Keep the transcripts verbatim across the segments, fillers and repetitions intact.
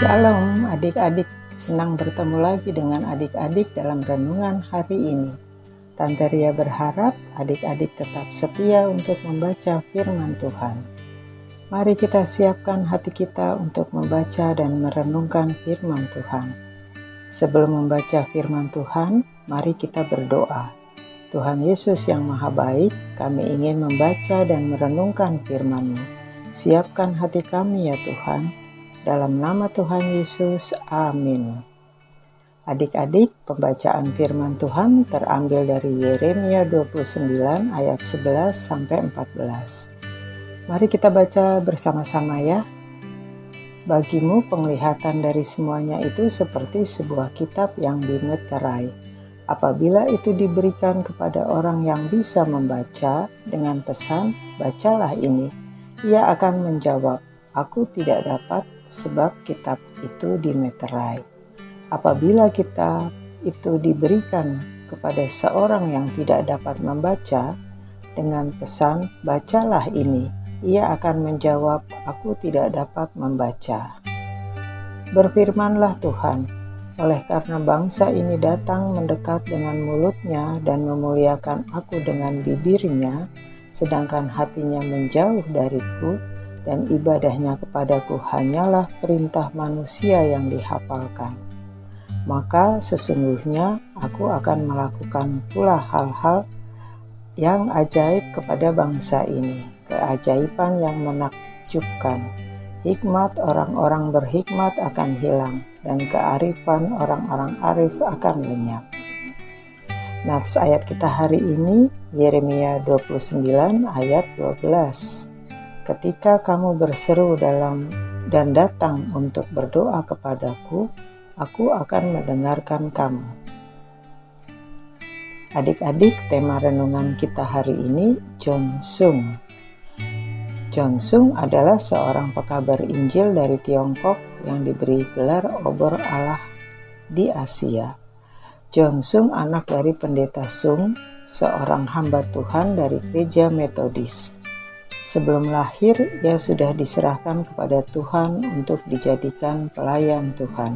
Shalom adik-adik, senang bertemu lagi dengan adik-adik dalam renungan hari ini. Tante Ria berharap adik-adik tetap setia untuk membaca firman Tuhan. Mari kita siapkan hati kita untuk membaca dan merenungkan firman Tuhan. Sebelum membaca firman Tuhan, mari kita berdoa. Tuhan Yesus yang Maha Baik, kami ingin membaca dan merenungkan firman-Mu. Siapkan hati kami ya Tuhan. Dalam nama Tuhan Yesus, amin. Adik-adik, pembacaan firman Tuhan terambil dari Yeremia dua puluh sembilan ayat sebelas sampai empat belas. Mari kita baca bersama-sama ya. Bagimu penglihatan dari semuanya itu seperti sebuah kitab yang dimeterai. Apabila itu diberikan kepada orang yang bisa membaca dengan pesan, bacalah ini. Ia akan menjawab, aku tidak dapat sebab kitab itu dimeterai. Apabila kitab itu diberikan kepada seorang yang tidak dapat membaca dengan pesan, bacalah ini. Ia akan menjawab, aku tidak dapat membaca. Berfirmanlah Tuhan, oleh karena bangsa ini datang mendekat dengan mulutnya dan memuliakan aku dengan bibirnya, sedangkan hatinya menjauh dariku, dan ibadahnya kepadaku hanyalah perintah manusia yang dihafalkan. Maka sesungguhnya aku akan melakukan pula hal-hal yang ajaib kepada bangsa ini, keajaiban yang menakjubkan. Hikmat orang-orang berhikmat akan hilang, dan kearifan orang-orang arif akan lenyap. Nats ayat kita hari ini, Yeremia dua puluh sembilan ayat dua belas. Ketika kamu berseru dalam dan datang untuk berdoa kepadaku, aku akan mendengarkan kamu. Adik-adik, tema renungan kita hari ini, Jonsung. Jonsung adalah seorang pekabar Injil dari Tiongkok yang diberi gelar obor Allah di Asia. Jonsung anak dari pendeta Sung, seorang hamba Tuhan dari gereja Metodis. Sebelum lahir, ia sudah diserahkan kepada Tuhan untuk dijadikan pelayan Tuhan.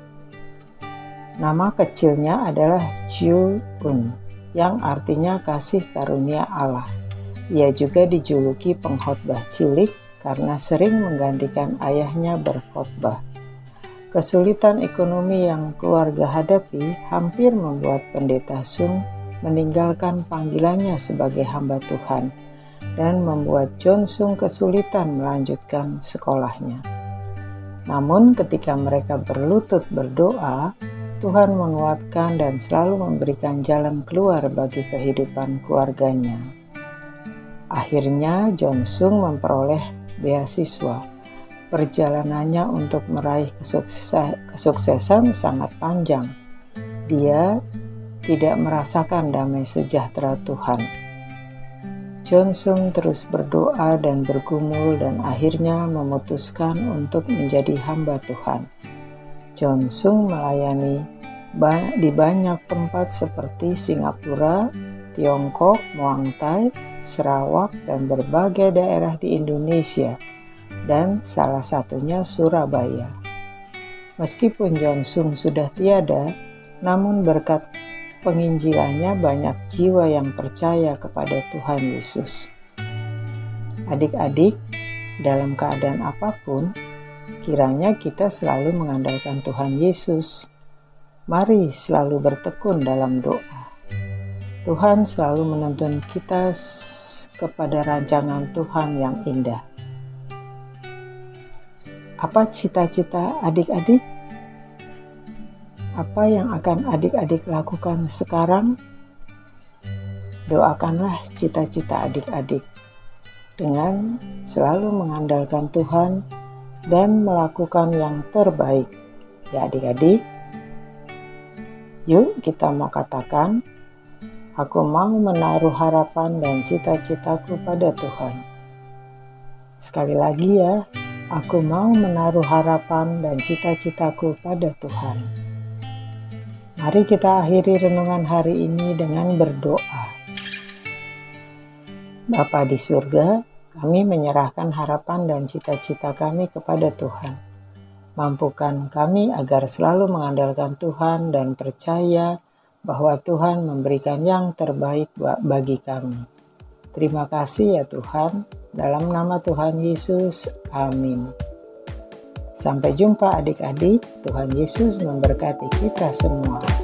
Nama kecilnya adalah Jiu-un, yang artinya kasih karunia Allah. Ia juga dijuluki pengkhotbah cilik karena sering menggantikan ayahnya berkhotbah. Kesulitan ekonomi yang keluarga hadapi hampir membuat pendeta Sung meninggalkan panggilannya sebagai hamba Tuhan, dan membuat Jonsung kesulitan melanjutkan sekolahnya. Namun ketika mereka berlutut berdoa, Tuhan menguatkan dan selalu memberikan jalan keluar bagi kehidupan keluarganya. Akhirnya Jonsung memperoleh beasiswa. Perjalanannya untuk meraih kesuksesan, kesuksesan sangat panjang. Dia tidak merasakan damai sejahtera Tuhan. Jonsung terus berdoa dan bergumul dan akhirnya memutuskan untuk menjadi hamba Tuhan. Jonsung melayani di banyak tempat seperti Singapura, Tiongkok, Muang Thai, Sarawak, dan berbagai daerah di Indonesia, dan salah satunya Surabaya. Meskipun Jonsung sudah tiada, namun berkat penginjilannya banyak jiwa yang percaya kepada Tuhan Yesus. Adik-adik, dalam keadaan apapun, kiranya kita selalu mengandalkan Tuhan Yesus. Mari selalu bertekun dalam doa. Tuhan selalu menuntun kita kepada rancangan Tuhan yang indah. Apa cita-cita adik-adik? Apa yang akan adik-adik lakukan sekarang? Doakanlah cita-cita adik-adik dengan selalu mengandalkan Tuhan dan melakukan yang terbaik. Ya adik-adik, yuk kita mau katakan, aku mau menaruh harapan dan cita-citaku pada Tuhan. Sekali lagi ya, aku mau menaruh harapan dan cita-citaku pada Tuhan. Mari kita akhiri renungan hari ini dengan berdoa. Bapa di surga, kami menyerahkan harapan dan cita-cita kami kepada Tuhan. Mampukan kami agar selalu mengandalkan Tuhan dan percaya bahwa Tuhan memberikan yang terbaik bagi kami. Terima kasih ya Tuhan, dalam nama Tuhan Yesus, amin. Sampai jumpa adik-adik, Tuhan Yesus memberkati kita semua.